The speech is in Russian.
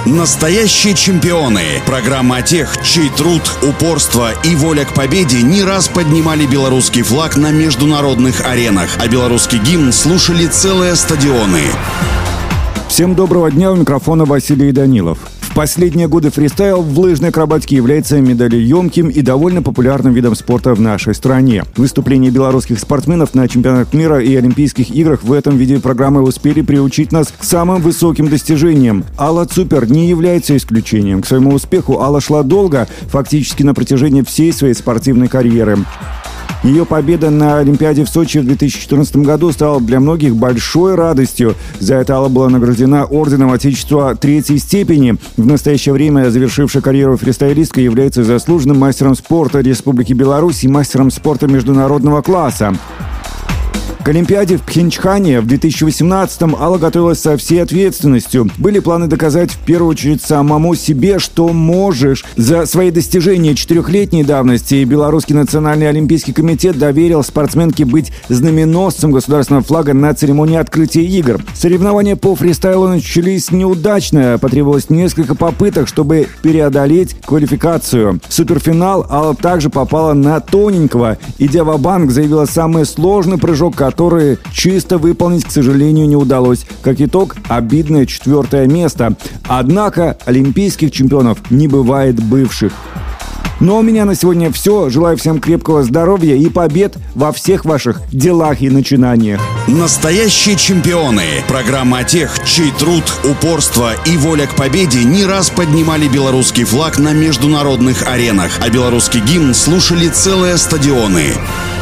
Настоящие чемпионы. Программа о тех, чей труд, упорство и воля к победе не раз поднимали белорусский флаг на международных аренах, а белорусский гимн слушали целые стадионы. Всем доброго дня, у микрофона Василий Данилов. В последние годы фристайл в лыжной акробатике является медалеемким и довольно популярным видом спорта в нашей стране. Выступления белорусских спортсменов на чемпионатах мира и Олимпийских играх в этом виде программы успели приучить нас к самым высоким достижениям. Алла Цупер не является исключением. К своему успеху Алла шла долго, фактически на протяжении всей своей спортивной карьеры. Ее победа на Олимпиаде в Сочи в 2014 году стала для многих большой радостью. За это Алла была награждена орденом Отечества 3-й степени. В настоящее время завершившая карьеру фристайлистка является заслуженным мастером спорта Республики Беларусь и мастером спорта международного класса. К Олимпиаде в Пхенчхане в 2018-м Алла готовилась со всей ответственностью. Были планы доказать в первую очередь самому себе, что можешь. За свои достижения 4-летней давности Белорусский национальный олимпийский комитет доверил спортсменке быть знаменосцем государственного флага на церемонии открытия игр. Соревнования по фристайлу начались неудачно. Потребовалось несколько попыток, чтобы преодолеть квалификацию. В суперфинал Алла также попала на тоненького. Идя ва-банк, заявила самый сложный прыжок, которые чисто выполнить, к сожалению, не удалось. Как итог, обидное 4-е место. Однако олимпийских чемпионов не бывает бывших. Ну а у меня на сегодня все. Желаю всем крепкого здоровья и побед во всех ваших делах и начинаниях. Настоящие чемпионы. Программа о тех, чей труд, упорство и воля к победе не раз поднимали белорусский флаг на международных аренах, а белорусский гимн слушали целые стадионы.